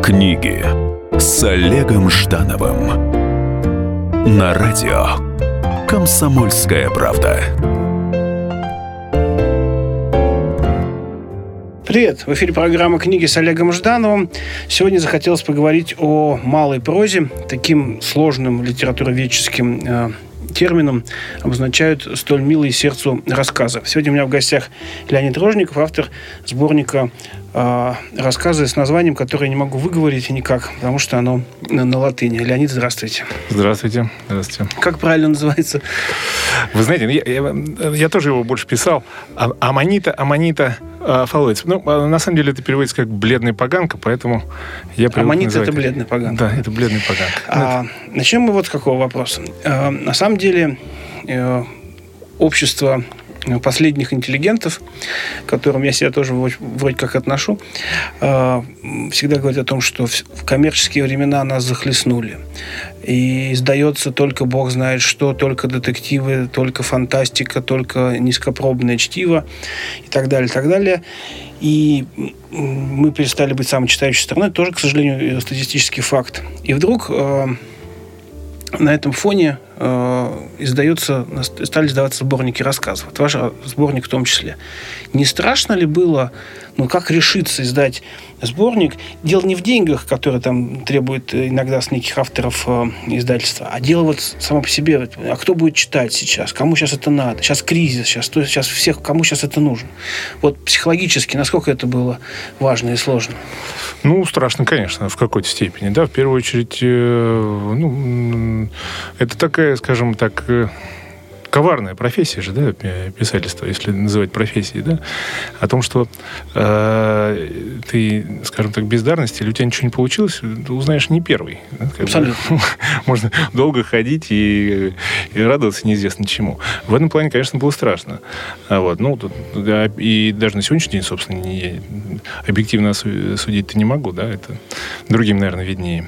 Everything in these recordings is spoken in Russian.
Книги с Олегом Ждановым на радио «Комсомольская правда». Привет! В эфире программа «Книги с Олегом Ждановым». Сегодня захотелось поговорить о малой прозе. Таким сложным литературоведческим термином обозначают столь милые сердцу рассказы. Сегодня у меня в гостях Леонид Рожников, автор сборника рассказы с названием, которое я не могу выговорить никак, потому что оно на латыни. Леонид, здравствуйте. Здравствуйте. Здравствуйте. Как правильно называется? Вы знаете, я тоже его больше писал. Аманита фалоиц. На самом деле это переводится как «бледная поганка», поэтому я привык Аманита – называть. это бледная поганка. Да, это бледная поганка. Начнем мы вот с какого вопроса. На самом деле общество последних интеллигентов, к которым я себя тоже вроде как отношу, всегда говорит о том, что в коммерческие времена нас захлестнули. И издается только бог знает что, только детективы, только фантастика, только низкопробное чтиво и так далее, так далее. И мы перестали быть самой читающей страной, тоже, к сожалению, статистический факт. И вдруг на этом фоне стали издаваться сборники рассказов. Вот ваш сборник в том числе. Не страшно ли было, как решиться издать сборник? Дело не в деньгах, которые там требуют иногда с неких авторов издательства, а дело вот само по себе. А кто будет читать сейчас? Кому сейчас это надо? Сейчас кризис, сейчас всех, кому сейчас это нужно? Вот психологически, насколько это было важно и сложно? Страшно, конечно, в какой-то степени. Да, в первую очередь, это такая, скажем так, коварная профессия же, да, писательство, если называть профессией, да, о том, что ты, скажем так, бездарность, или у тебя ничего не получилось, ты узнаешь не первый. Абсолютно. Можно долго ходить и радоваться неизвестно чему. В этом плане, конечно, было страшно. И даже на сегодняшний день, собственно, объективно судить-то не могу, да, это другим, наверное, виднее.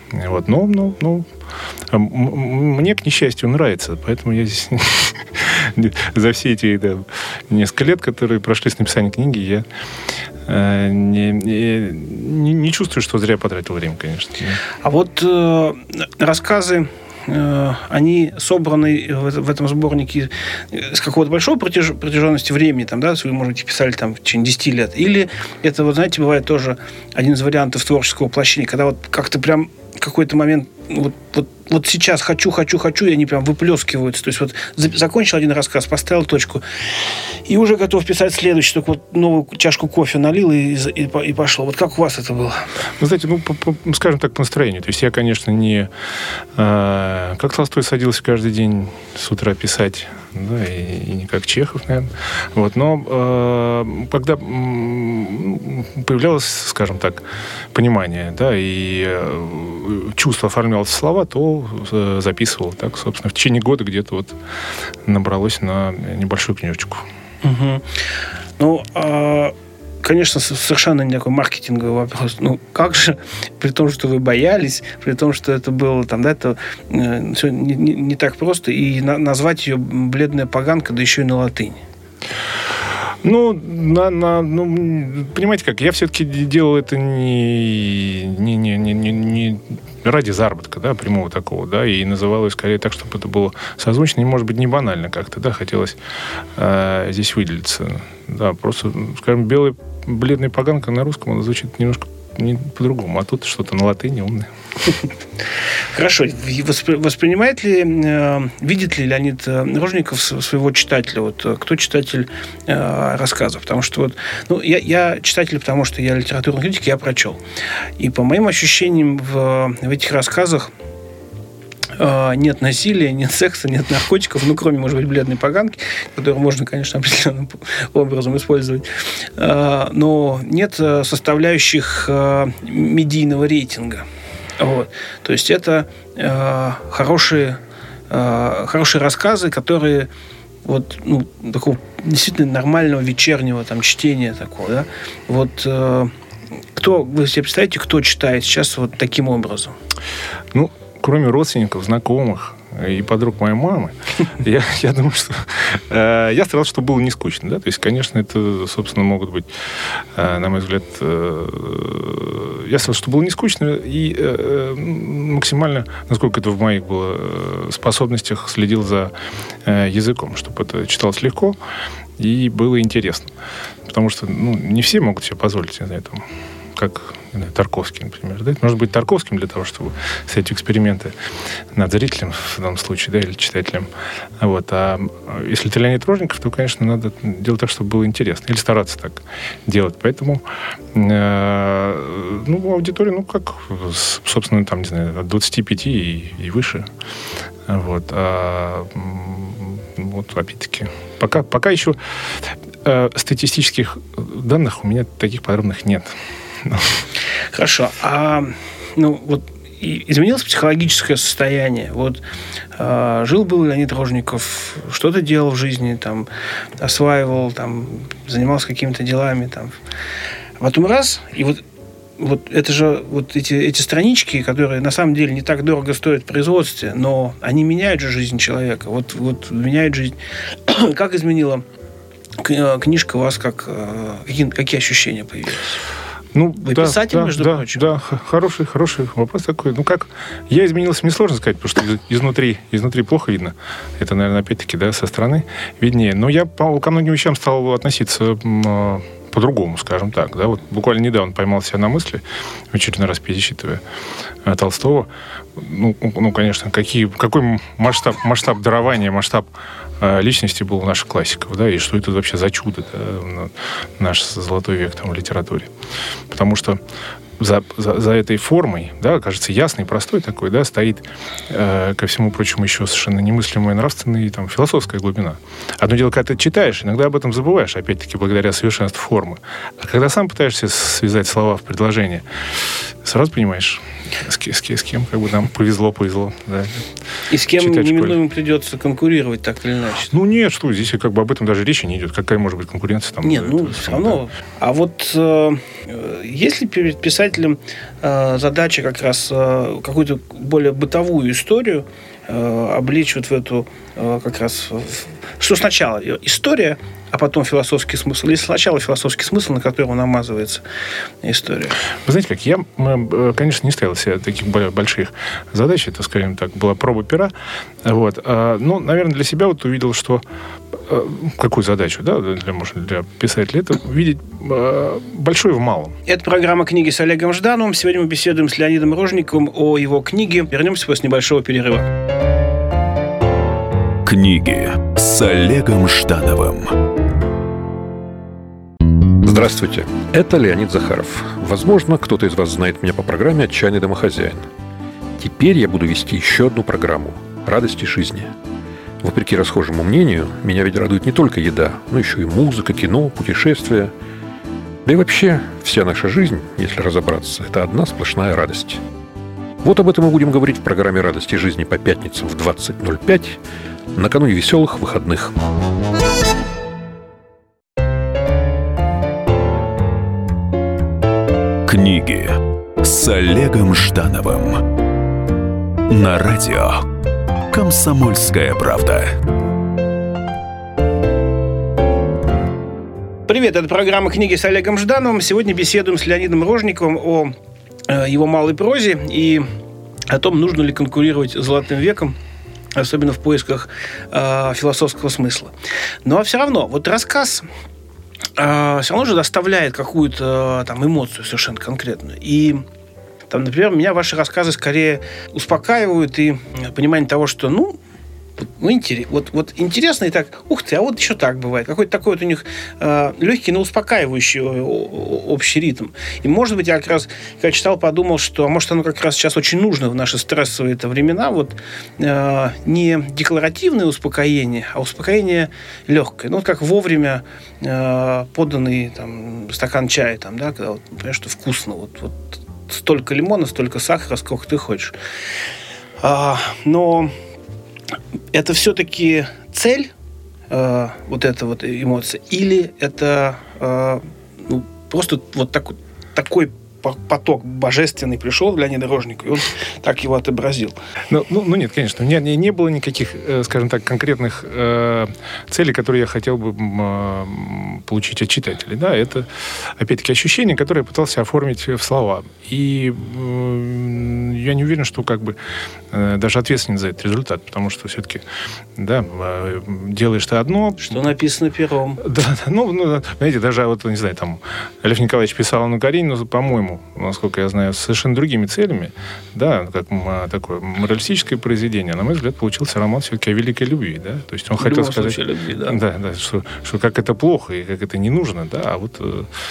Мне, к несчастью, нравится, поэтому я здесь за все эти несколько лет, которые прошли с написанием книги, я не чувствую, что зря потратил время, конечно. А вот рассказы, они собраны в этом сборнике с какого-то большого протяженности времени, вы, может быть, писали в течение 10 лет, или это, знаете, бывает тоже один из вариантов творческого воплощения, когда вот как-то прям в какой-то момент вот сейчас хочу, и они прям выплескиваются. То есть закончил один рассказ, поставил точку, и уже готов писать следующий, только новую чашку кофе налил и пошло. Вот как у вас это было? Вы знаете, скажем так, по настроению. То есть я, конечно, не как Толстой садился каждый день с утра писать, да, и не как Чехов, наверное. Но когда появлялось, скажем так, понимание, да, и чувство оформлялось в слова, то записывал. Так, собственно, в течение года где-то набралось на небольшую книжечку. Угу. Конечно, совершенно не такой маркетинговый вопрос. Как же, при том, что вы боялись, при том, что это было это все не так просто, и назвать ее «бледная поганка», да еще и на латыни? Понимаете как, я все-таки делал это не ради заработка, да, прямого такого, да, и называл ее скорее так, чтобы это было созвучно, и, может быть, не банально как-то, да, хотелось здесь выделиться, да, просто, скажем, бледная поганка на русском, она звучит немножко по-другому, а тут что-то на латыни умное. Хорошо. Воспринимает ли, видит ли Леонид Рожников своего читателя? Кто читатель рассказов? Потому что я читатель, потому что я литературный критик, я прочел. И по моим ощущениям в этих рассказах нет насилия, нет секса, нет наркотиков, кроме, может быть, бледной поганки, которую можно, конечно, определенным образом использовать. Но нет составляющих медийного рейтинга. То есть это хорошие рассказы, которые такого действительно нормального вечернего чтения такого, да? Вы себе представляете, кто читает сейчас таким образом? Кроме родственников, знакомых, и подруг моей мамы, я думаю, что я старался, чтобы было не скучно. Да? То есть, конечно, это, собственно, могут быть, на мой взгляд, я старался, чтобы было не скучно, и максимально, насколько это в моих было способностях, следил за языком, чтобы это читалось легко и было интересно. Потому что не все могут себе позволить, не знаю, там, как Тарковский, например. Да? Это может быть Тарковским для того, чтобы эти эксперименты над зрителем в данном случае, да, или читателем. Вот. А если ты Леонид Рожников, то, конечно, надо делать так, чтобы было интересно. Или стараться так делать. Поэтому аудитория, как, собственно, там, не знаю, от 25 и выше. Вот. Вот, опять-таки. Пока еще статистических данных у меня таких подробных нет. Хорошо. Изменилось психологическое состояние. Жил-был Леонид Рожников, что-то делал в жизни, там, осваивал, там, занимался какими-то делами. Там. А потом раз, и это же эти странички, которые на самом деле не так дорого стоят в производстве, но они меняют же жизнь человека. Меняют жизнь. Как изменила книжка у вас, какие ощущения появились? Вы писатель, между прочим? Да, хороший вопрос такой. Как я изменился, мне сложно сказать, потому что изнутри плохо видно. Это, наверное, опять-таки, да, со стороны виднее. Но я ко многим вещам стал относиться по-другому, скажем так. Да? Буквально недавно поймал себя на мысли, в очередной раз перечитывая Толстого. Конечно, какой масштаб дарования, масштаб личности был у наших классиков, да, и что это вообще за чудо, да, наш золотой век там, в литературе. Потому что за этой формой, да, кажется, ясной, простой такой, да, стоит, ко всему прочему, еще совершенно немыслимая нравственная и там, философская глубина. Одно дело, когда ты читаешь, иногда об этом забываешь, опять-таки, благодаря совершенству формы. А когда сам пытаешься связать слова в предложение, сразу понимаешь, с кем нам повезло, да. И с кем неминуемо придется конкурировать так или иначе. Нет, что здесь об этом даже речи не идет. Какая может быть конкуренция там? Нет, все равно. Да. Есть ли перед писателем задача как раз какую-то более бытовую историю облечь в эту как раз... Что сначала история, а потом философский смысл. Или сначала философский смысл, на которого намазывается история. Вы знаете как, я, конечно, не ставил себе таких больших задач. Это, скажем так, была проба пера. Наверное, для себя увидел, что какую задачу, да, для писателя, это видеть большое в малом. Это программа «Книги» с Олегом Ждановым. Сегодня мы беседуем с Леонидом Рожниковым о его книге. Вернемся после небольшого перерыва. Книги с Олегом Ждановым. Здравствуйте, это Леонид Захаров. Возможно, кто-то из вас знает меня по программе «Отчаянный домохозяин». Теперь я буду вести еще одну программу «Радости жизни». Вопреки расхожему мнению, меня ведь радует не только еда, но еще и музыка, кино, путешествия. Да и вообще, вся наша жизнь, если разобраться, это одна сплошная радость. Вот об этом мы будем говорить в программе «Радости жизни» по пятницам в 20:05, накануне веселых выходных. Книги с Олегом Ждановым на радио «Комсомольская правда». Привет, это программа «Книги с Олегом Ждановым». Сегодня беседуем с Леонидом Рожниковым о его малой прозе и о том, нужно ли конкурировать с Золотым веком, особенно в поисках философского смысла. Но все равно, рассказ все равно же доставляет какую-то там эмоцию совершенно конкретную. И там, например, меня ваши рассказы скорее успокаивают и понимание того, что, интересно и так, ух ты, а вот еще так бывает. Какой-то такой у них легкий, но успокаивающий общий ритм. И, может быть, я как раз, когда читал, подумал, что, может, оно как раз сейчас очень нужно в наши стрессовые времена, не декларативное успокоение, а успокоение легкое. Как вовремя поданный стакан чая, да, когда, понимаешь, что вкусно, столько лимона, столько сахара, сколько ты хочешь. Но это все-таки цель, эта эмоция, или это просто такой поток божественный пришел в Леонида Рожникова, и он так его отобразил. Ну, нет, конечно. У меня не было никаких, скажем так, конкретных целей, которые я хотел бы получить от читателей. Да, это, опять-таки, ощущение, которое я пытался оформить в слова. И я не уверен, что даже ответственен за этот результат, потому что все-таки, да, делаешь ты одно... Что написано пером. Да, знаете, даже не знаю, там, Лев Николаевич писал Анну Каренину, по-моему, насколько я знаю, с совершенно другими целями, да, как такое моралистическое произведение. На мой взгляд, получился роман все-таки о великой любви, да, то есть он хотел сказать... любви, да. Да, что как это плохо и как это не нужно, да, а вот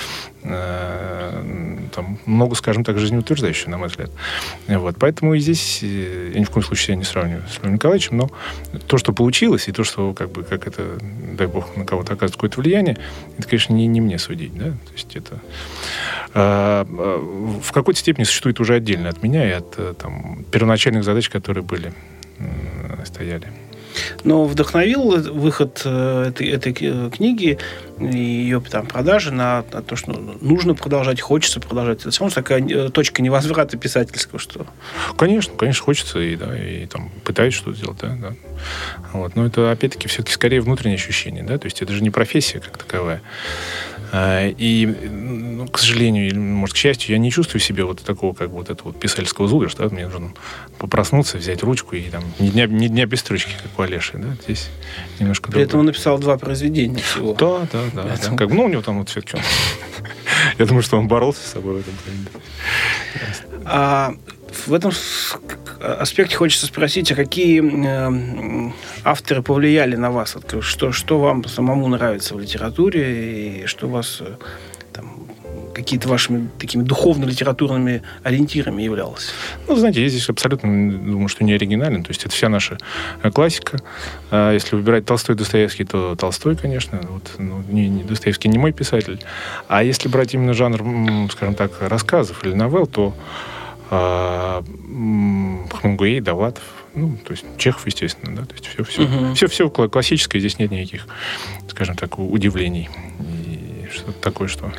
там много, скажем так, жизнеутверждающего, на мой взгляд. Вот. Поэтому и здесь я ни в коем случае себя не сравниваю с Львом Николаевичем, но то, что получилось, и то, что как это, дай бог, на кого-то оказывает какое-то влияние, это, конечно, не мне судить, да, то есть это в какой-то степени существует уже отдельно от меня и от там, первоначальных задач, которые стояли. Но вдохновил выход этой книги и ее там продажи на то, что нужно продолжать, хочется продолжать. Это все равно такая точка невозврата писательского, что... Конечно, хочется, и там пытаюсь что-то сделать, да. Вот. Но это, опять-таки, все-таки скорее внутреннее ощущение, да, то есть это же не профессия как таковая. И, к сожалению, или, может, к счастью, я не чувствую себе вот такого, как вот этого писательского зуда, что мне нужно проснуться, взять ручку и там ни дня без строчки, как у Олеши, да, здесь немножко При этом он написал 2 произведения всего. Да. У него там все-таки я думаю, что он боролся с собой в этом плане. В этом аспекте хочется спросить, а какие авторы повлияли на вас? Что вам самому нравится в литературе, и что вас там, какие-то вашими такими духовно-литературными ориентирами являлось? Знаете, я здесь абсолютно думаю, что не оригинален. То есть это вся наша классика. Если выбирать Толстой и Достоевский, то Толстой, конечно. Достоевский не мой писатель. А если брать именно жанр, скажем так, рассказов или новелл, то Хемингуэй, Довлатов, то есть Чехов, естественно, да, то есть все классическое, здесь нет никаких, скажем так, удивлений и что-то такое, что...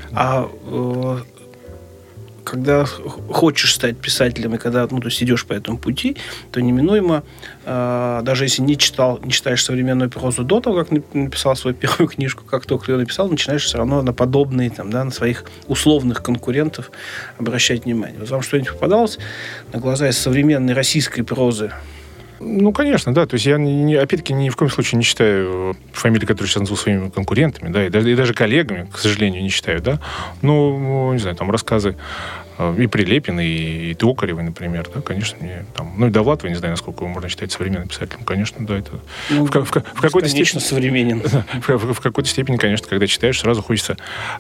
Когда хочешь стать писателем, и когда то есть идешь по этому пути, то неминуемо, даже если не читаешь современную прозу до того, как написал свою первую книжку, как только ее написал, начинаешь все равно на подобные, там, да, на своих условных конкурентов обращать внимание. Вот вам что-нибудь попадалось на глаза из современной российской прозы? Конечно, да. То есть я, опять-таки, ни в коем случае не считаю фамилии, которые сейчас назову своими конкурентами, да, и даже коллегами, к сожалению, не считаю, да. Не знаю, там рассказы и Прилепина, и Токаревой, например, да, конечно, мне там... и Довлатова, не знаю, насколько его можно считать современным писателем, конечно, да, это... в какой-то степени... современен. В какой-то степени, конечно, когда читаешь, сразу хочется...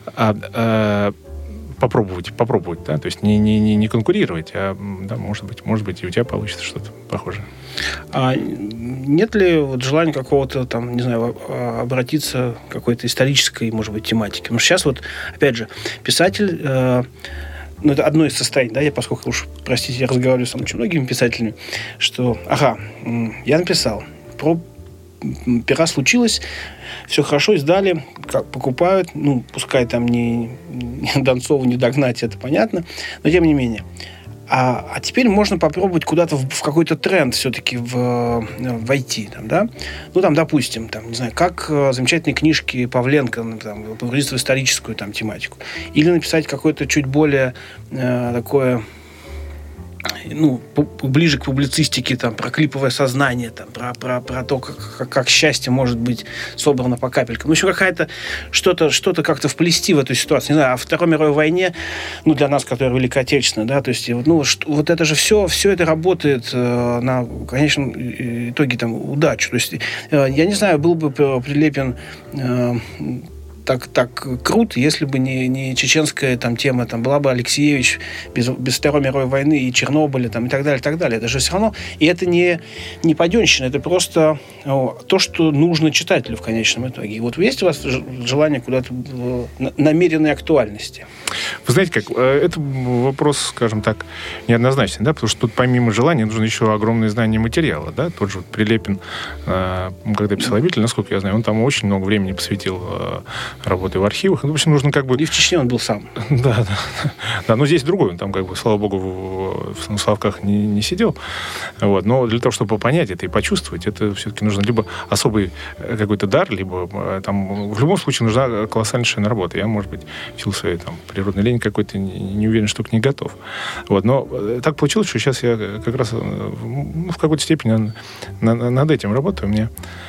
попробовать, да, то есть не конкурировать, а, да, может быть, и у тебя получится что-то похожее. А нет ли желания какого-то, там, не знаю, обратиться к какой-то исторической, может быть, тематике? Потому что сейчас опять же, писатель, это одно из состояний, да, поскольку уж, простите, я разговариваю с очень многими писателями, что, я написал, пера случилось, все хорошо, издали, покупают, пускай там не Донцову не догнать, это понятно, но тем не менее. А теперь можно попробовать куда-то в какой-то тренд все-таки войти, там, да? Допустим, там, не знаю, как замечательные книжки Павленко, там, погрузиться в историческую там тематику. Или написать какое-то чуть более такое... ближе к публицистике, там, про клиповое сознание, там, про то, как счастье может быть собрано по капелькам. Еще какая-то что-то как-то вплести в эту ситуацию. Не знаю, о Второй мировой войне, для нас, которая Великая Отечественная, да, то есть, вот это же все это работает на конечном итоге там удачу. То есть, я не знаю, был бы Прилепин так круто, если бы не чеченская там тема, там была бы Алексеевич без Второй мировой войны и Чернобыля там, и так далее, и так далее. Это же все равно, и это не паденщина, это просто то, что нужно читателю в конечном итоге. И вот есть у вас желание куда-то намеренной актуальности? Вы знаете, как, это вопрос, скажем так, неоднозначный, да, потому что тут помимо желания нужно еще огромное знание материала, да, тот же вот Прилепин, когда писал «Обитель», насколько я знаю, он там очень много времени посвятил работе в архивах, в общем, нужно как бы... И в Чечне он был сам. Да, но здесь другой, он там как бы, слава богу, в Славках не сидел, вот, но для того, чтобы понять это и почувствовать, это все-таки нужно либо особый какой-то дар, либо там в любом случае нужна колоссальнейшая работа. Я, может быть, в силу своей там природной лени какой-то не уверен, что к ней готов. Вот. Но так получилось, что сейчас я как раз в какой-то степени над этим работаю. Мне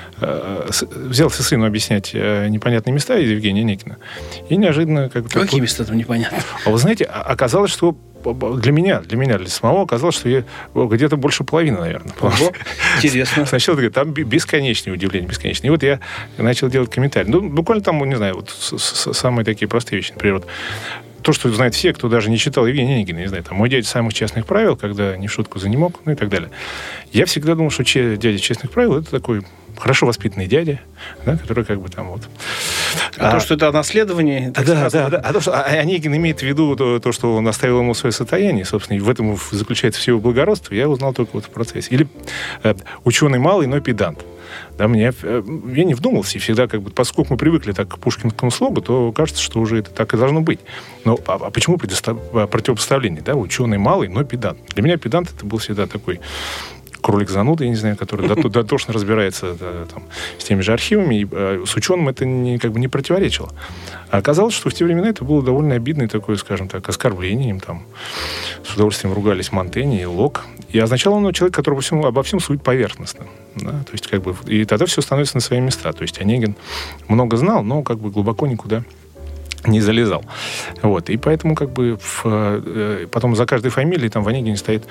взялся сыну объяснять непонятные места из Евгения Онегина. И неожиданно... Какие места там непонятны? А вы знаете, оказалось, что для меня, для самого оказалось, что я где-то больше половины, наверное. Интересно. Сначала там бесконечные удивления, бесконечные. И вот я начал делать комментарии. Ну, буквально там, не знаю, вот самые такие простые вещи. Например, вот то, что знают все, кто даже не читал Евгения Онегина, не знаю, там «Мой дядя самых честных правил», когда ни в шутку занемог, ну и так далее. Я всегда думал, что дядя честных правил — это такой хорошо воспитанный дядя, да, который как бы там вот... то, что это наследование... Да. А то, что Онегин имеет в виду то, что он оставил ему свое состояние, собственно, и в этом заключается все его благородство, я узнал только вот в процессе. Или ученый малый, но педант. Да, я не вдумался, и всегда, как бы, поскольку мы привыкли так к пушкинскому слогу, то кажется, что уже это так и должно быть. Но почему противопоставление? Да? Ученый малый, но педант. Для меня педант это был всегда такой кролик зануда, я не знаю, который дотошно разбирается там, с теми же архивами, и с ученым это не противоречило. А оказалось, что в те времена это было довольно обидное такое, скажем так, оскорбление. Им там с удовольствием ругались Монтень и Лок. И означало оно человек, который обо всем судит поверхностно. Да? То есть, как бы, и тогда все становится на свои места. То есть Онегин много знал, но как бы глубоко никуда не залезал. Вот. И поэтому как бы потом за каждой фамилией там в Онегине стоит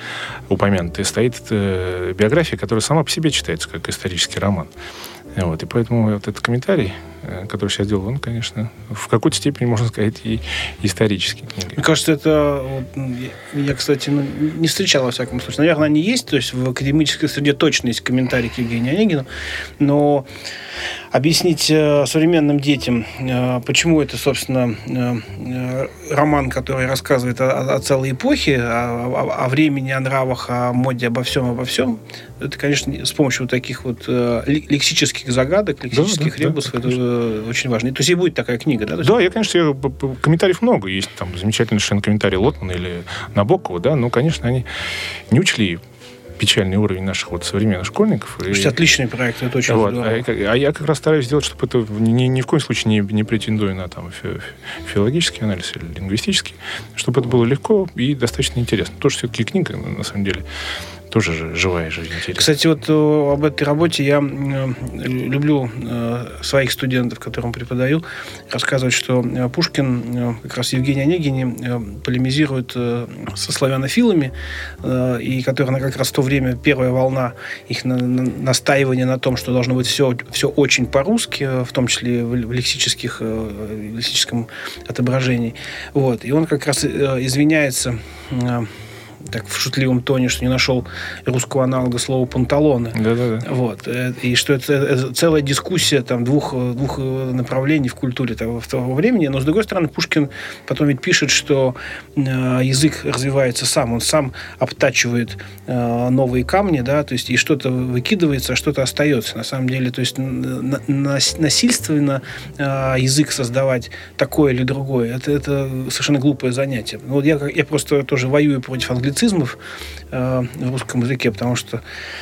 биография, которая сама по себе читается как исторический роман. Вот. И поэтому вот этот комментарий, который сейчас делал, он, конечно, в какой-то степени, можно сказать, и исторический. Мне кажется, это... Я, кстати, не встречал, во всяком случае. Наверное, они есть, то есть в академической среде точно есть комментарий к Евгению Онегину, но объяснить современным детям, почему это, собственно, роман, который рассказывает о целой эпохе, о времени, о нравах, о моде, обо всем, это, конечно, с помощью вот таких вот лексических загадок, лексических ребусов, это очень важно. То есть и будет такая книга, да? Да, комментариев много. Есть там замечательный совершенно комментарий Лотмана или Набокова, да, но, конечно, они не учли печальный уровень наших вот современных школьников. Слушайте, отличный проект, это очень здорово. А я как раз стараюсь сделать, чтобы это ни в коем случае не претендуя на там, филологический анализ или лингвистический, чтобы это было легко и достаточно интересно. Тоже все-таки книга, на самом деле, тоже живая, интересная. Кстати, вот об этой работе я люблю своих студентов, которым преподаю, рассказывать, что Пушкин как раз в Евгении Онегине полемизирует со славянофилами, и которая как раз в то время первая волна их настаивания на том, что должно быть все очень по-русски, в том числе в лексическом отображении. Вот. И он как раз извиняется так в шутливом тоне, что не нашел русского аналога слова «панталоны». Да. Вот. И что это целая дискуссия там, двух направлений в культуре того времени. Но, с другой стороны, Пушкин потом ведь пишет, что язык развивается сам. Он сам обтачивает новые камни, да, то есть и что-то выкидывается, а что-то остается. На самом деле, то есть насильственно язык создавать такое или другое, это совершенно глупое занятие. Вот я просто тоже воюю против англицизмов в русском языке, потому что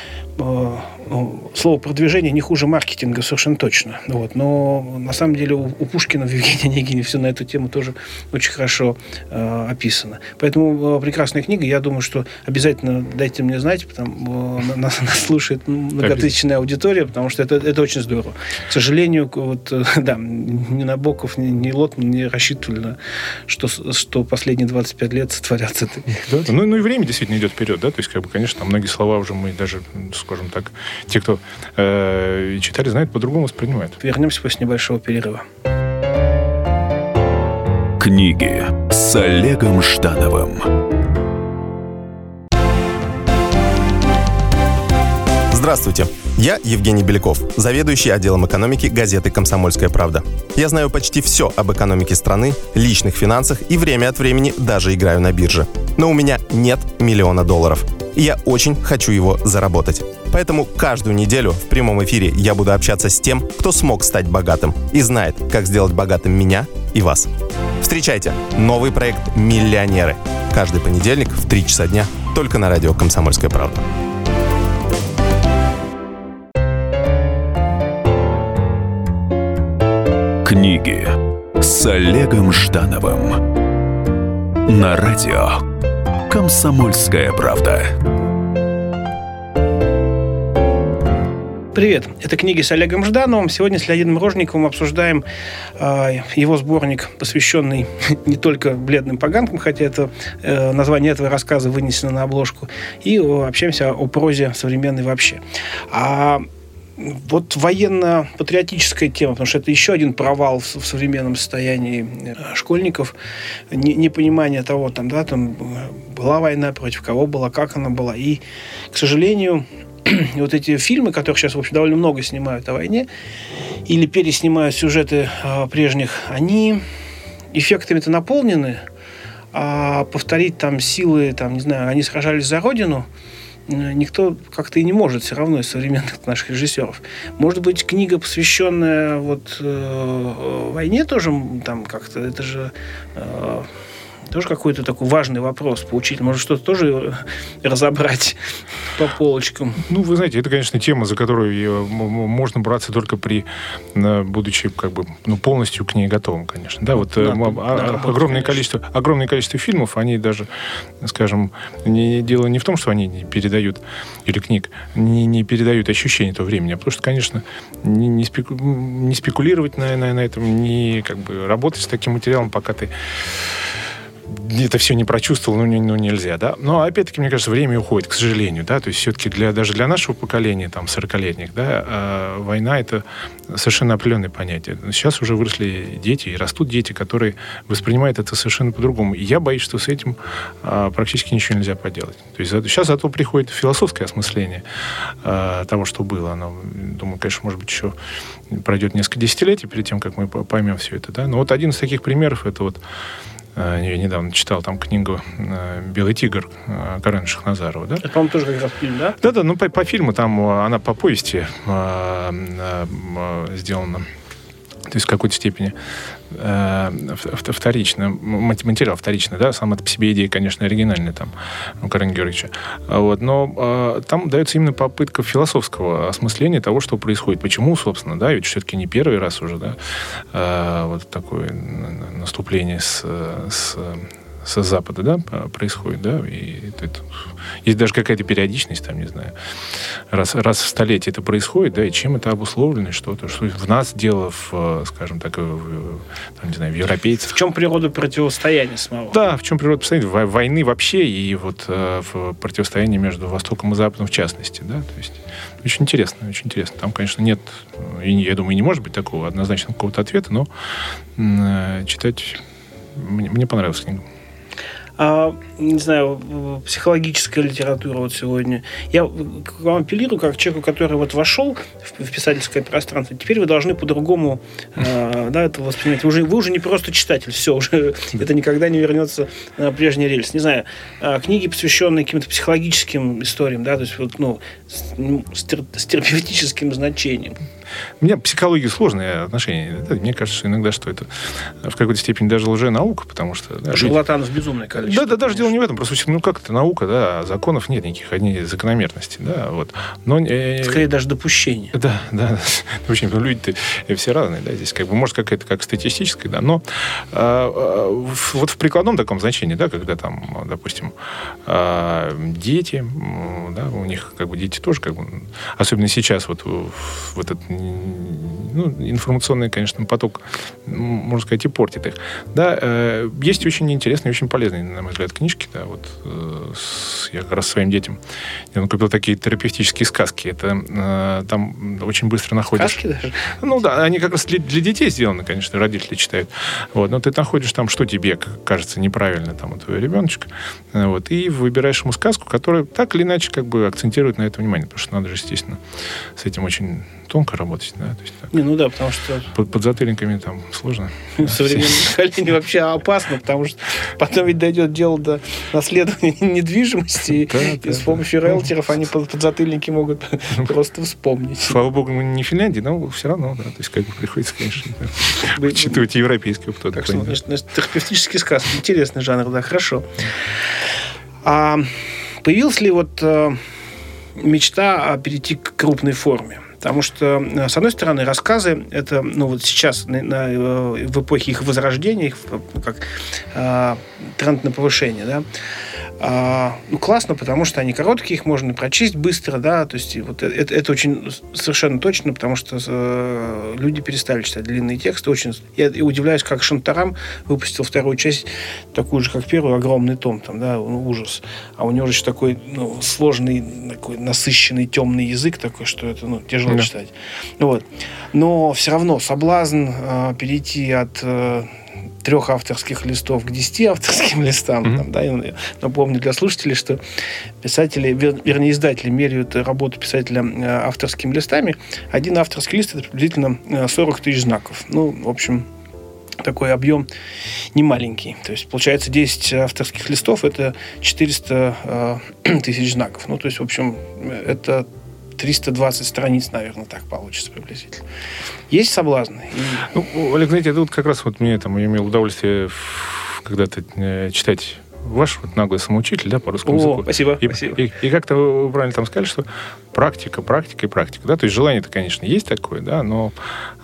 слово продвижение не хуже маркетинга совершенно точно. Вот. Но на самом деле у Пушкина в Евгении Онегине все на эту тему тоже очень хорошо описано. Поэтому прекрасная книга. Я думаю, что обязательно дайте мне знать, потому нас слушает многотысячная аудитория, потому что это очень здорово. К сожалению, ни Набоков, ни Лотман не рассчитывали на что последние 25 лет сотворятся. Ну и время действительно идет вперед, да, то есть, как бы, конечно, многие слова уже мы даже, скажем так, те, кто читали, знают, по-другому воспринимают. Вернемся после небольшого перерыва. Книги с Олегом Ждановым. Здравствуйте, я Евгений Беляков, заведующий отделом экономики газеты «Комсомольская правда». Я знаю почти все об экономике страны, личных финансах и время от времени даже играю на бирже. Но у меня нет $1 миллиона. И я очень хочу его заработать. Поэтому каждую неделю в прямом эфире я буду общаться с тем, кто смог стать богатым и знает, как сделать богатым меня и вас. Встречайте новый проект «Миллионеры». Каждый понедельник в 3 часа дня только на радио «Комсомольская правда». Книги с Олегом Ждановым на радио «Комсомольская правда». Привет, это «Книги с Олегом Ждановым». Сегодня с Леонидом Рожниковым обсуждаем его сборник, посвященный не только бледным поганкам, хотя это название этого рассказа вынесено на обложку, и общаемся о прозе современной вообще. Вот военно-патриотическая тема, потому что это еще один провал в современном состоянии школьников, непонимание того, там была война, против кого была, как она была. И, к сожалению, вот эти фильмы, которых сейчас, в общем, довольно много снимают о войне, или переснимают сюжеты прежних, они эффектами-то наполнены, а повторить там силы, там, не знаю, они сражались за Родину, никто как-то и не может все равно из современных наших режиссеров. Может быть, книга, посвященная войне, тоже там как-то, это же тоже какой-то такой важный вопрос поучительный. Может, что-то тоже разобрать по полочкам. Вы знаете, это, конечно, тема, за которую можно браться только будучи полностью к ней готовым, конечно. Да, огромное количество фильмов, они даже, скажем, дело не в том, что они не передают, или книг, не передают ощущения того времени, а потому что, конечно, не спекулировать на этом, не работать с таким материалом, пока ты это все не прочувствовал, нельзя, да. Но, опять-таки, мне кажется, время уходит, к сожалению, да. То есть, все-таки даже для нашего поколения, 40-летних, да, война — это совершенно определенное понятие. Сейчас уже выросли дети, и растут дети, которые воспринимают это совершенно по-другому. И я боюсь, что с этим практически ничего нельзя поделать. То есть, сейчас зато приходит философское осмысление того, что было. Оно, думаю, конечно, может быть, еще пройдет несколько десятилетий перед тем, как мы поймем все это, да. Но один из таких примеров — это я недавно читал там книгу «Белый тигр» Карена Шахназарова. Да? Это, по-моему, тоже как раз фильм, да? Да, по фильму там она по повести сделана. То есть в какой-то степени вторично, материал вторичный, да, сама по себе идея, конечно, оригинальная там у Карена Георгиевича. Но там дается именно попытка философского осмысления того, что происходит. Почему, собственно, да, ведь все-таки не первый раз уже, да, такое наступление с запада, да, происходит, да, и есть даже какая-то периодичность, там, не знаю, раз в столетие это происходит, да, и чем это обусловлено, что в нас дело, скажем так, не знаю, в европейцев. В чем природа противостояния самого? Да, в чем природа противостояния, войны вообще, и в противостоянии между Востоком и Западом в частности, да, то есть очень интересно, очень интересно. Там, конечно, нет, и я думаю, не может быть такого однозначного какого-то ответа, но читать мне понравилась книга. Не знаю, психологическая литература сегодня. Я к вам апеллирую, как человеку, который вошел в писательское пространство. Теперь вы должны по-другому это воспринимать. Вы уже не просто читатель, все, уже это никогда не вернется на прежний рельс. Не знаю, книги, посвященные каким-то психологическим историям, да, то есть с терапевтическим значением. У меня к психологии сложное отношение. Мне кажется, иногда, что это в какой-то степени даже лженаука, потому что... Да, шарлатанов безумное количество. Да, даже дело не в этом. Просто, как это наука, да, а законов нет никаких, одни закономерности, да, вот. Но, скорее, даже допущения. Да, допущения. Люди-то все разные, да, здесь может какая-то как статистическая, да, но в прикладном таком значении, да, когда там, допустим, дети, да, у них дети тоже особенно сейчас в этот информационный, конечно, поток, можно сказать, и портит их. Да, есть очень интересные, очень полезные, на мой взгляд, книжки. Да, вот я как раз своим детям купил такие терапевтические сказки. Это там очень быстро находишь... Сказки даже? Ну да, они как раз для детей сделаны, конечно, родители читают. Вот, но ты находишь там, что тебе кажется неправильно, там, у твоего ребеночка, вот, и выбираешь ему сказку, которая так или иначе как бы акцентирует на это внимание, потому что надо же, естественно, с этим очень тонко работать, да, то есть так. Ну да, потому что... Под затыльниками там сложно. Современное поколение вообще опасно, потому что потом ведь дойдет дело до наследования недвижимости, и с помощью риэлторов они подзатыльники могут просто вспомнить. Слава богу, мы не в Финляндии, но все равно, да, то есть как бы приходится, конечно, учитывать европейский опыт. Так что, терапевтические сказки, интересный жанр, да, хорошо. А появилась ли вот мечта перейти к крупной форме? Потому что, с одной стороны, рассказы, это, ну, вот сейчас, в эпохе их возрождения, их как тренд на повышение, да, ну, классно, потому что они короткие, их можно прочесть быстро, да, то есть вот это очень совершенно точно, потому что люди перестали читать длинные тексты. Очень... Я удивляюсь, как Шантарам выпустил вторую часть, такую же, как первую, огромный том, там, да, ужас. А у него же еще такой, ну, сложный, такой насыщенный, темный язык такой, что это, ну, тяжело читать. Вот. Но все равно соблазн перейти от 3 авторских листов к 10 авторским листам. Там, да, я напомню для слушателей, что писатели, вернее, издатели меряют работу писателя авторскими листами. Один авторский лист — это приблизительно 40 тысяч знаков. Ну, в общем, такой объем немаленький. То есть, получается, 10 авторских листов — это 400 тысяч знаков. Ну, то есть, в общем, это 320 страниц, наверное, так получится приблизительно. Есть соблазны? Ну, Олег, знаете, это вот как раз вот мне там, я имел удовольствие когда-то читать ваш вот наглый самоучитель, да, по русскому языку. Спасибо. И как-то вы правильно там сказали, что практика, да, то есть желание-то, конечно, есть такое, да, но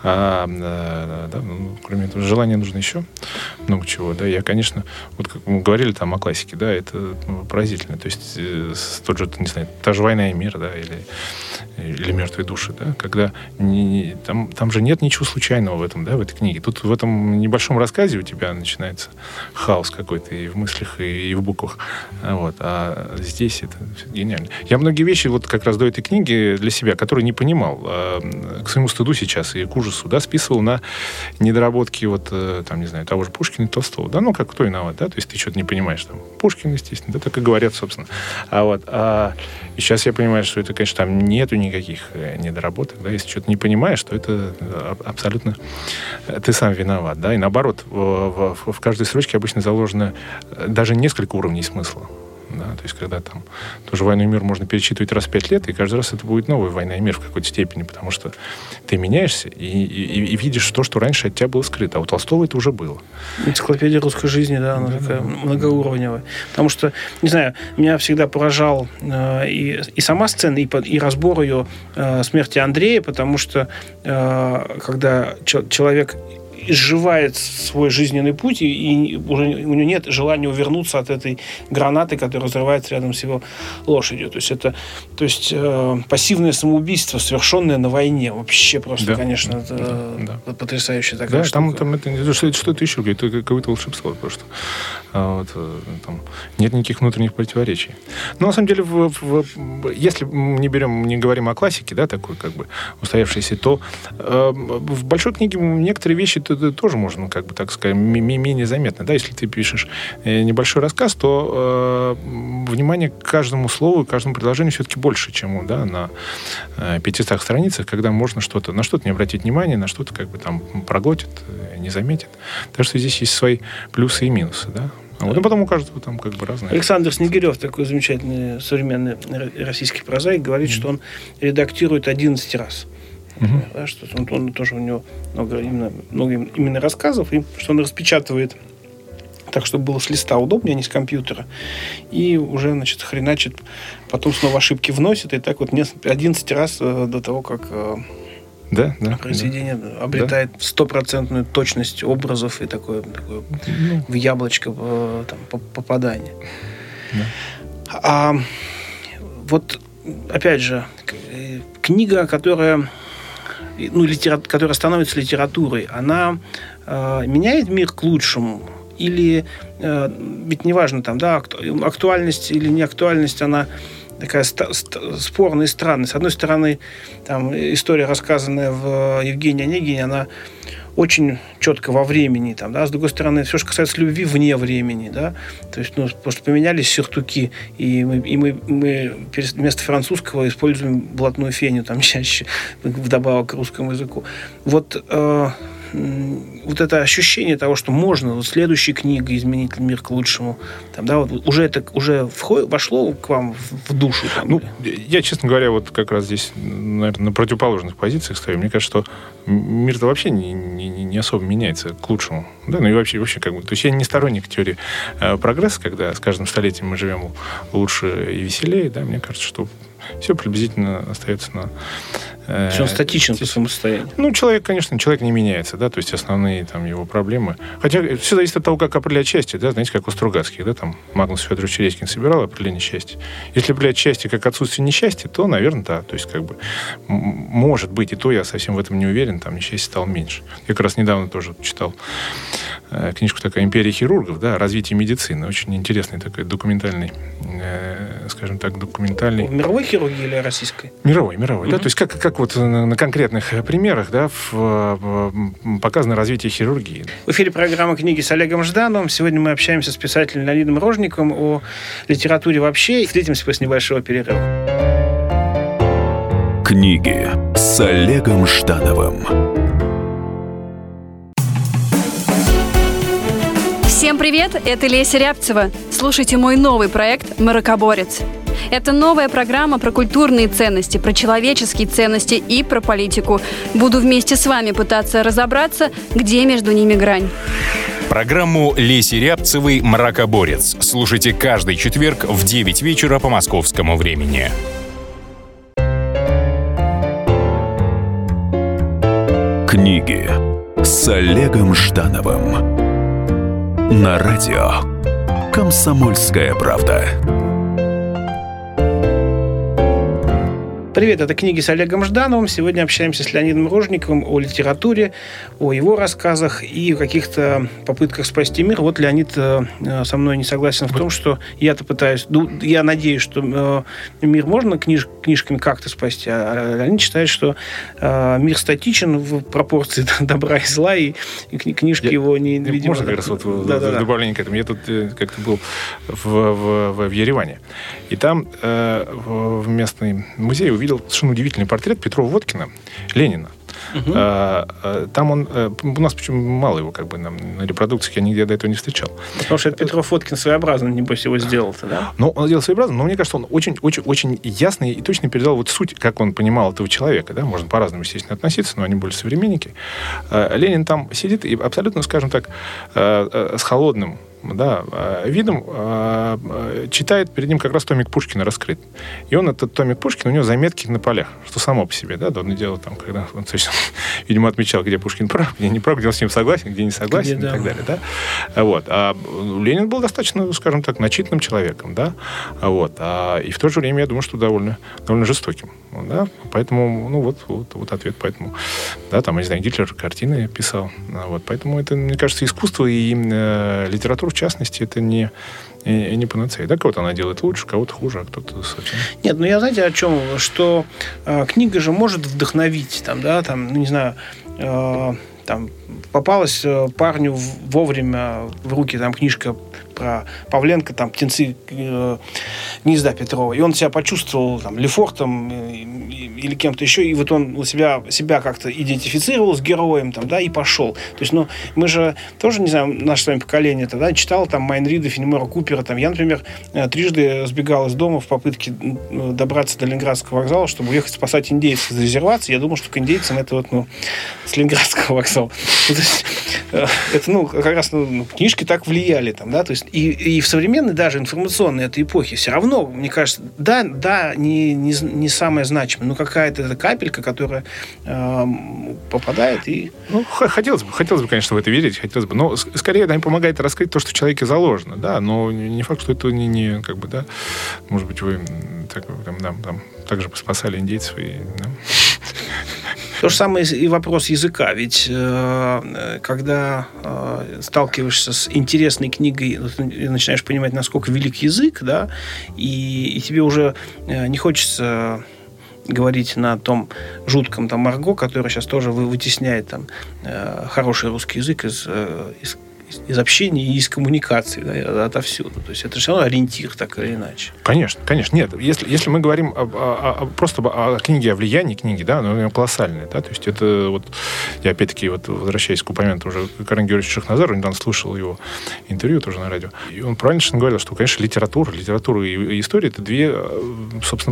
кроме этого желания нужно еще много чего, да. Я, конечно, вот как мы говорили там о классике, да, это поразительно, то есть тот же, не знаю, та же «Война и мир», да, или «Мертвые души», да, когда там же нет ничего случайного в этом, да, в этой книге. Тут в этом небольшом рассказе у тебя начинается хаос какой-то и в мыслях, и в буквах, вот, а здесь это гениально. Я многие вещи вот как раз до этой книги для себя, которые не понимал, к своему стыду сейчас и к ужасу, да, списывал на недоработки вот, там, не знаю, того же Пушкина и Толстого, да, ну, как кто виноват, да, то есть ты что-то не понимаешь, там, Пушкин, естественно, да, так и говорят, собственно, и сейчас я понимаю, что это, конечно, там нету никаких недоработок, да, если что-то не понимаешь, то это абсолютно ты сам виноват, да, и наоборот, в каждой строчке обычно заложено даже несколько уровней смысла. Да, то есть, когда там тоже «Войну и мир» можно перечитывать раз в 5 лет, и каждый раз это будет новая «Война и мир» в какой-то степени, потому что ты меняешься и видишь то, что раньше от тебя было скрыто. А у Толстого это уже было. Энциклопедия русской жизни, да, она такая многоуровневая. Потому что, не знаю, меня всегда поражал и сама сцена, и разбор ее смерти Андрея, потому что когда человек изживает свой жизненный путь, и уже у него нет желания увернуться от этой гранаты, которая взрывается рядом с его лошадью. То есть пассивное самоубийство, совершенное на войне. Вообще просто, да, конечно, это потрясающая такая штука. Там это что-то еще, это какое-то волшебство просто. Вот, там нет никаких внутренних противоречий. Но на самом деле, если не говорим о классике, да, такой как бы устоявшейся, то в большой книге некоторые вещи тоже можно, как бы, так сказать, менее заметно. Да? Если ты пишешь небольшой рассказ, то внимание к каждому слову, к каждому предложению все-таки больше, чем на 500 страницах, когда можно на что-то не обратить внимания, на что-то как бы там проглотит, не заметит. Так что здесь есть свои плюсы и минусы, да. Вот. И потом у каждого там как бы разное. Александр Снегирев, такой замечательный современный российский прозаик, говорит, что он редактирует 11 раз. Да, что он тоже, у него много именно рассказов, и что он распечатывает так, чтобы было с листа удобнее, а не с компьютера. И уже, значит, хреначит, потом снова ошибки вносит, и так вот 11 раз до того, как произведение обретает стопроцентную точность образов и такое в яблочко попадание. Вот, опять же, книга, которая которая становится литературой, она меняет мир к лучшему? Или ведь неважно, там, да, актуальность или неактуальность, она такая спорная и странная. С одной стороны, там, история, рассказанная в Евгении Онегине, она очень четко во времени, там, да, с другой стороны, все, что касается любви, вне времени, да, то есть, просто поменялись сюртуки, и мы вместо французского используем блатную феню там чаще, вдобавок к русскому языку. Вот это ощущение того, что можно следующей книгой изменить мир к лучшему, там, да, вот уже вошло к вам в душу? Там, я, честно говоря, вот как раз здесь, наверное, на противоположных позициях стою. Мне кажется, что мир-то вообще не особо меняется к лучшему. Да, и вообще как бы. То есть я не сторонник теории прогресса, когда с каждым столетием мы живем лучше и веселее. Да, мне кажется, что все приблизительно остается на... Он статичен по своему состоянию. Человек не меняется, да, то есть основные там его проблемы. Хотя все зависит от того, как определять счастье, да, знаете, как у Стругацких, да, там Магнус Федорович Редькин собирал определение счастья. Если определять счастье как отсутствие несчастья, то, наверное, да, то есть как бы может быть, и то я совсем в этом не уверен, там несчастье стало меньше. Я как раз недавно тоже читал книжку такая «Империя хирургов», да, «Развитие медицины». Очень интересный такой документальный, скажем так, Мировой хирургии или российской? Мировой, да, то есть как вот на конкретных примерах, да, показано развитие хирургии. В эфире программа «Книги» с Олегом Ждановым. Сегодня мы общаемся с писателем Леонидом Рожниковым о литературе вообще. Встретимся после небольшого перерыва. Книги с Олегом Ждановым. Всем привет, это Леся Рябцева. Слушайте мой новый проект «Мракоборец». Это новая программа про культурные ценности, про человеческие ценности и про политику. Буду вместе с вами пытаться разобраться, где между ними грань. Программу Леси Рябцевой «Мракоборец» слушайте каждый четверг в 9 вечера по московскому времени. Книги с Олегом Ждановым. На радио «Комсомольская правда». Привет, это «Книги» с Олегом Ждановым. Сегодня общаемся с Леонидом Рожниковым о литературе, о его рассказах и о каких-то попытках спасти мир. Вот Леонид со мной не согласен в том, что я-то пытаюсь... я надеюсь, что мир можно книжками как-то спасти, а Леонид считает, что мир статичен в пропорции добра и зла, и книжки его не... Видимо, можно как раз добавление к этому? Я тут как-то был в Ереване, и там в местный музей увидел совершенно удивительный портрет Петрова-Водкина, Ленина. Там он... У нас почему мало его как бы на репродукциях, я нигде до этого не встречал. Потому что это Петров-Водкин своеобразно, небось, его сделал-то, да? Ну, он сделал своеобразно, но мне кажется, он очень ясно и точно передал вот суть, как он понимал этого человека, да? Можно по-разному, естественно, относиться, но они были современники. Ленин там сидит и абсолютно, скажем так, с холодным видом читает, перед ним как раз томик Пушкина раскрыт. И он, этот томик Пушкина, у него заметки на полях, что само по себе, да, одно дело там, когда он, видимо, отмечал, где Пушкин прав, где не прав, где он с ним согласен, где не согласен, и так далее, да. Вот. А Ленин был достаточно, скажем так, начитанным человеком, да, вот. И в то же время, я думаю, что довольно жестоким, да, поэтому, вот ответ, поэтому, да, там, я не знаю, Гитлер картины писал, вот, поэтому это, мне кажется, искусство и литература, в частности, это не панацея. Да, кого-то она делает лучше, кого-то хуже, а кто-то совсем... Нет, я, знаете, о чем? Что книга же может вдохновить, там, да, там, не знаю, там, попалась парню вовремя в руки там книжка про Павленко, там, «Птенцы гнезда Петрова», и он себя почувствовал там Лефортом или кем-то еще, и вот он себя как-то идентифицировал с героем, там, да, и пошел. То есть, мы же тоже, не знаю, наше с вами поколение тогда читал там Майн Рида, Фенемора Купера, там, я, например, трижды сбегал из дома в попытке добраться до Ленинградского вокзала, чтобы уехать спасать индейцев из резервации. Я думал, что к индейцам это с Ленинградского вокзала. Это, как раз, книжки так влияли, там, да, то есть, и в современной, даже информационной этой эпохе все равно, мне кажется, не самое значимое, но какая-то эта капелька, которая попадает и... Хотелось бы, конечно, в это верить, но скорее нам помогает раскрыть то, что в человеке заложено, да, но не факт, что это не как бы, да, может быть, вы так же спасали индейцев и... Да. То же самое и вопрос языка. Ведь когда сталкиваешься с интересной книгой, ты начинаешь понимать, насколько велик язык, да, и тебе уже не хочется говорить на том жутком там арго, который сейчас тоже вытесняет там хороший русский язык из общения и из коммуникации, да, отовсюду. То есть это все равно ориентир, так или иначе. Конечно, конечно. Нет, если мы говорим просто о книге, о влиянии книги, да, оно колоссальное. Да, то есть это вот, я опять-таки, вот, возвращаясь к упомянутому уже Карен Георгиевичу Шахназарову, недавно слушал его интервью тоже на радио, и он правильно говорил, что, конечно, литература и история — это две, собственно,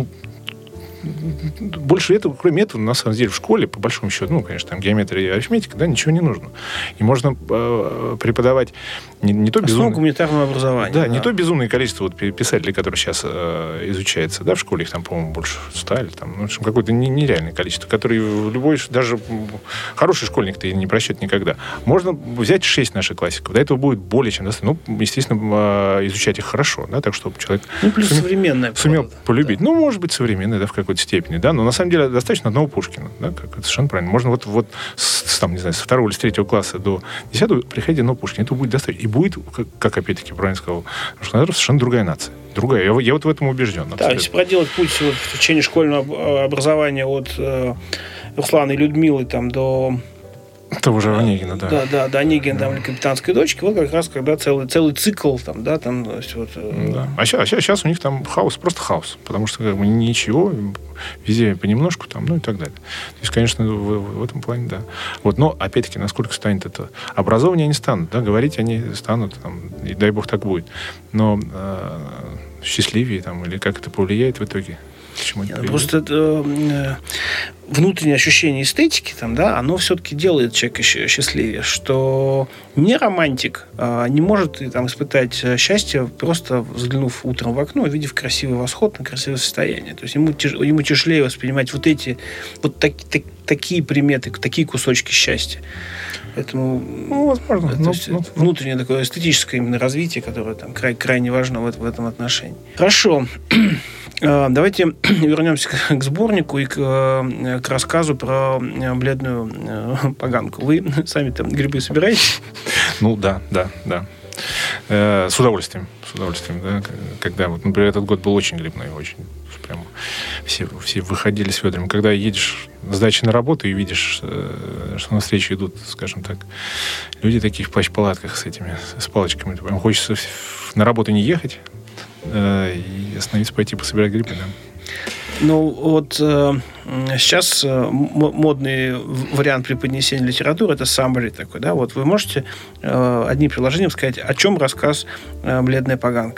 больше этого, кроме этого, на самом деле, в школе, по большому счету, конечно, там геометрия и арифметика, да, ничего не нужно. И можно преподавать не то безумное... гуманитарного образования. Да, не то безумное количество вот писателей, которые сейчас изучается, да, в школе, их там, по-моему, больше 100 или там, в общем, какое-то нереальное количество, которые в любой, даже хороший школьник-то не просчет никогда. Можно взять 6 наших классиков, да, этого будет более чем достаточно. Ну, естественно, изучать их хорошо, да, так, чтобы человек плюс сумел полюбить. Да. Ну, может быть, современное, да, в какой-то степени, да, но на самом деле достаточно одного Пушкина, да, как это совершенно правильно. Можно вот там, не знаю, с 2 или с 3 класса до 10 приходить одного Пушкина, это будет достаточно. И будет, как опять-таки правильно сказал Шахназаров, совершенно другая нация. Другая. Я вот в этом убежден. Абсолютно. Да, если проделать путь вот в течение школьного образования от Руслана и Людмилы там до того же Онегина, да. Да, до Онегина, там, или Капитанской дочки, вот как раз когда целый цикл, там, да, там, то есть, вот... Да. А сейчас у них там хаос, просто хаос, потому что как бы ничего, везде понемножку, там, ну и так далее. То есть, конечно, в этом плане, да. Вот, но, опять-таки, насколько станет это... Образование они станут, да, говорить они станут, там, и дай бог так будет. Но счастливее, там, или как это повлияет в итоге... Просто это, внутреннее ощущение эстетики, там, да, оно все-таки делает человека счастливее, что не романтик не может там испытать счастье, просто взглянув утром в окно, увидев красивый восход на красивое состояние. То есть ему тяжелее воспринимать вот эти, вот такие приметы, такие кусочки счастья. Поэтому возможно, внутреннее такое эстетическое именно развитие, которое там крайне важно в этом отношении. Хорошо. Давайте вернемся к сборнику и к рассказу про бледную поганку. Вы сами там грибы собираете? Ну, да. С удовольствием, да. Когда, вот, например, этот год был очень грибной, очень прям все выходили с ведрами. Когда едешь с дачи на работу и видишь, что навстречу идут, скажем так, люди такие в плащ-палатках с палочками, прям хочется на работу не ехать и остановиться, пойти пособирать грибы, да. Ну, вот сейчас модный вариант преподнесения литературы — это summary такой, да? Вот вы можете одним предложением сказать, о чем рассказ «Бледная поганка»?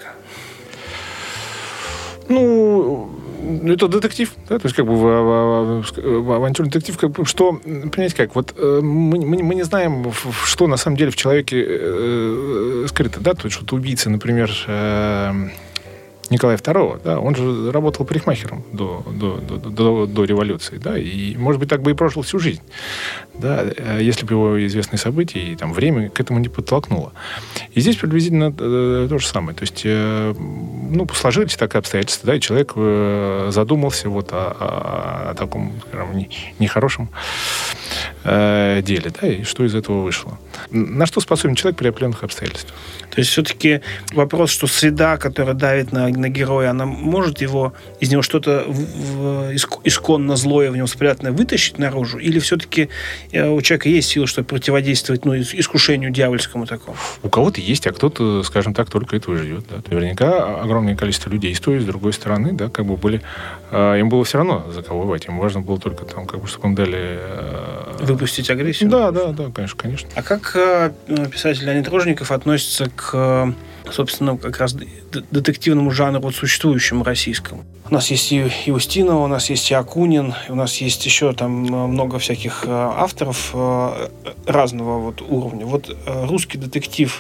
Ну, это детектив, да, то есть как бы авантюрный детектив, как бы, что, понимаете как, вот мы не знаем, что на самом деле в человеке скрыто, да, то есть что-то убийца, например, Николая II, да, он же работал парикмахером до революции, да, и, может быть, так бы и прожил всю жизнь, да, если бы его известные события и там время к этому не подтолкнуло. И здесь приблизительно то же самое, то есть, ну, сложились так обстоятельства, да, и человек задумался вот о таком, скажем, нехорошем деле, да, и что из этого вышло. На что способен человек при определенных обстоятельствах? То есть все-таки вопрос, что среда, которая давит на героя, она может из него что-то исконно злое в нем спрятанное вытащить наружу? Или все-таки у человека есть сила, чтобы противодействовать искушению дьявольскому такому? У кого-то есть, а кто-то, скажем так, только этого и ждет. Да. Наверняка огромное количество людей с той и с другой стороны, да, как бы были... Им было все равно за кого воевать. Им важно было только, там, как бы, чтобы им дали... Выпустить агрессию? Да, конечно. А как писатель Леонид Рожников относится к, собственно, как раз детективному жанру, вот, существующему российскому? У нас есть и Устинова, у нас есть и Акунин, у нас есть еще там много всяких авторов разного вот уровня. Вот русский детектив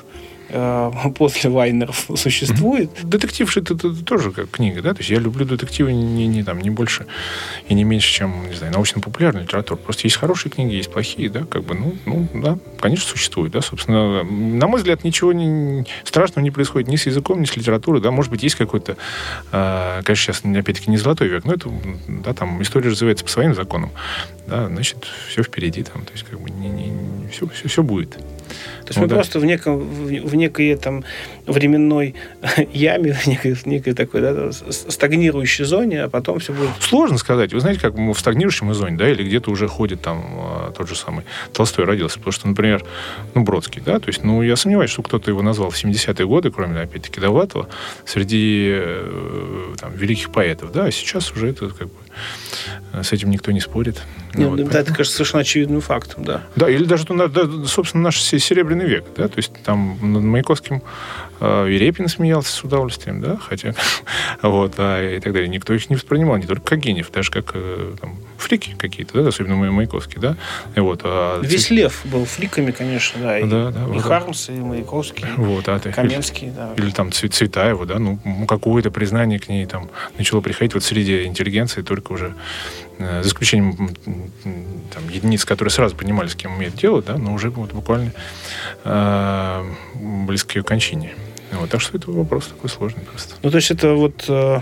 после Вайнеров существует. Детектив это тоже как книга, да? То есть я люблю детективы не больше и не меньше, чем, не знаю, научно-популярную литературу. Просто есть хорошие книги, есть плохие, да, как бы, да, конечно, существует, да, собственно. На мой взгляд, ничего страшного не происходит ни с языком, ни с литературой, да, может быть, есть какой-то, конечно, сейчас, опять-таки, не золотой век, но это, да, там история развивается по своим законам, да, значит, все впереди, там, то есть, как бы, все будет. То есть мы просто в некой там временной яме, в некой такой, да, стагнирующей зоне, а потом все будет... Сложно сказать. Вы знаете, как в стагнирующей зоне, да, или где-то уже ходит там тот же самый Толстой родился. Потому что, например, Бродский, да, то есть, я сомневаюсь, что кто-то его назвал в 70-е годы, кроме, опять-таки, Довлатова, среди там, великих поэтов, да, а сейчас уже это как бы с этим никто не спорит. Это, кажется, совершенно очевидным фактом, да. Да, или даже, собственно, наш Серебряный век, да, то есть там над Маяковским и Репин смеялся с удовольствием, да, хотя, и так далее. Никто их не воспринимал, не только как гениев, даже как там, фрики какие-то, да, особенно Маяковский, да. Весь Лев был фриками, конечно, да, и Хармс, и Маяковский, Каменский, да. Или там Цветаева, да, какое-то признание к ней там начало приходить среди интеллигенции, только уже за исключением там, единиц, которые сразу понимали, с кем имеют дело, да, но уже буквально близко к ее кончине. Так что это вопрос такой сложный просто. То есть это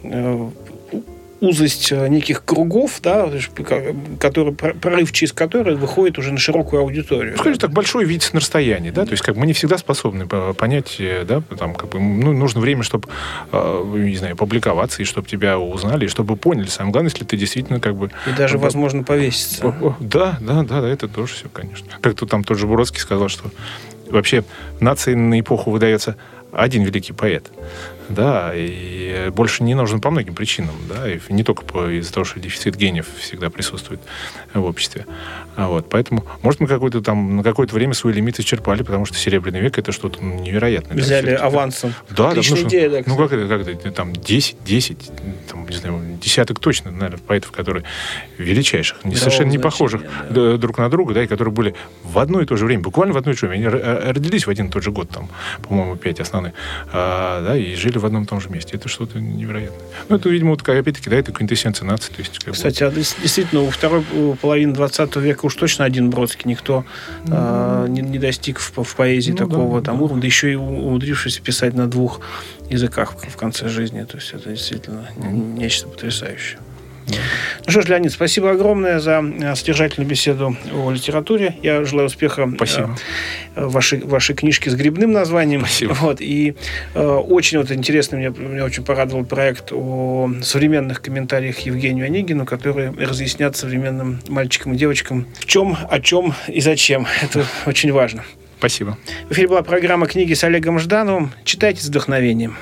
узость неких кругов, да, прорыв через которые выходит уже на широкую аудиторию. Скажем так, большой видится на расстоянии, да, то есть как бы мы не всегда способны понять, да, там как бы нужно время, чтобы, не знаю, публиковаться, и чтобы тебя узнали, и чтобы поняли, самое главное, если ты действительно как бы... И даже, возможно, повеситься. Да, это тоже все, конечно. Как-то там тот же Бродский сказал, что вообще нации на эпоху выдается один великий поэт, да, и больше не нужен по многим причинам, да, и не только из-за того, что дефицит гениев всегда присутствует в обществе. Поэтому, может, мы на какое-то время свои лимиты исчерпали, потому что Серебряный век — это что-то невероятное. Взяли авансом. Да, отличная идея, да. Как это, там, 10, там, не знаю, десяток точно, наверное, поэтов, которые величайших, совершенно не похожих друг на друга, да, и которые были в одно и то же время, буквально в одно и то же время. Они родились в один и тот же год, там, по-моему, 5 основных, да, и жили в одном и том же месте. Это что-то невероятное. Это, видимо, опять-таки, да, это квинтэссенция нации. То есть, кстати, действительно, во второй половине 20 века уж точно один Бродский никто не достиг в поэзии такого уровня, да еще и умудрившись писать на 2 языках в конце жизни. То есть это действительно нечто потрясающее. Ну что ж, Леонид, спасибо огромное за содержательную беседу о литературе. Я желаю успеха вашей книжке с грибным названием. Спасибо. И очень интересно, меня очень порадовал проект о современных комментариях Евгению Онегину, которые разъяснят современным мальчикам и девочкам, в чем, о чем и зачем. Это очень важно. Спасибо. В эфире была программа «Книги» с Олегом Ждановым. Читайте с вдохновением.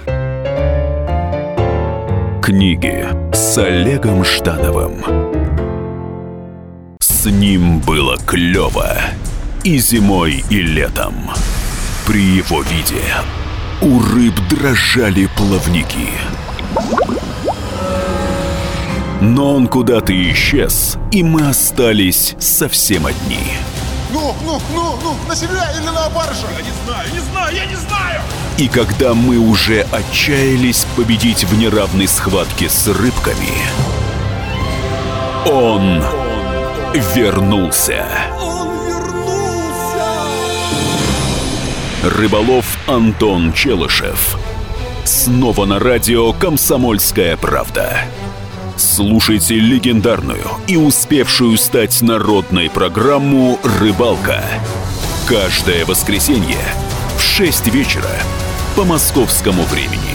Книги с Олегом Ждановым. С ним было клево и зимой, и летом. При его виде у рыб дрожали плавники. Но он куда-то исчез, и мы остались совсем одни. Ну, на себя или на баржу? Я не знаю! И когда мы уже отчаялись победить в неравной схватке с рыбками, он вернулся. Рыболов Антон Челышев. Снова на радио «Комсомольская правда». Слушайте легендарную и успевшую стать народной программу «Рыбалка». Каждое воскресенье в 6 вечера по московскому времени.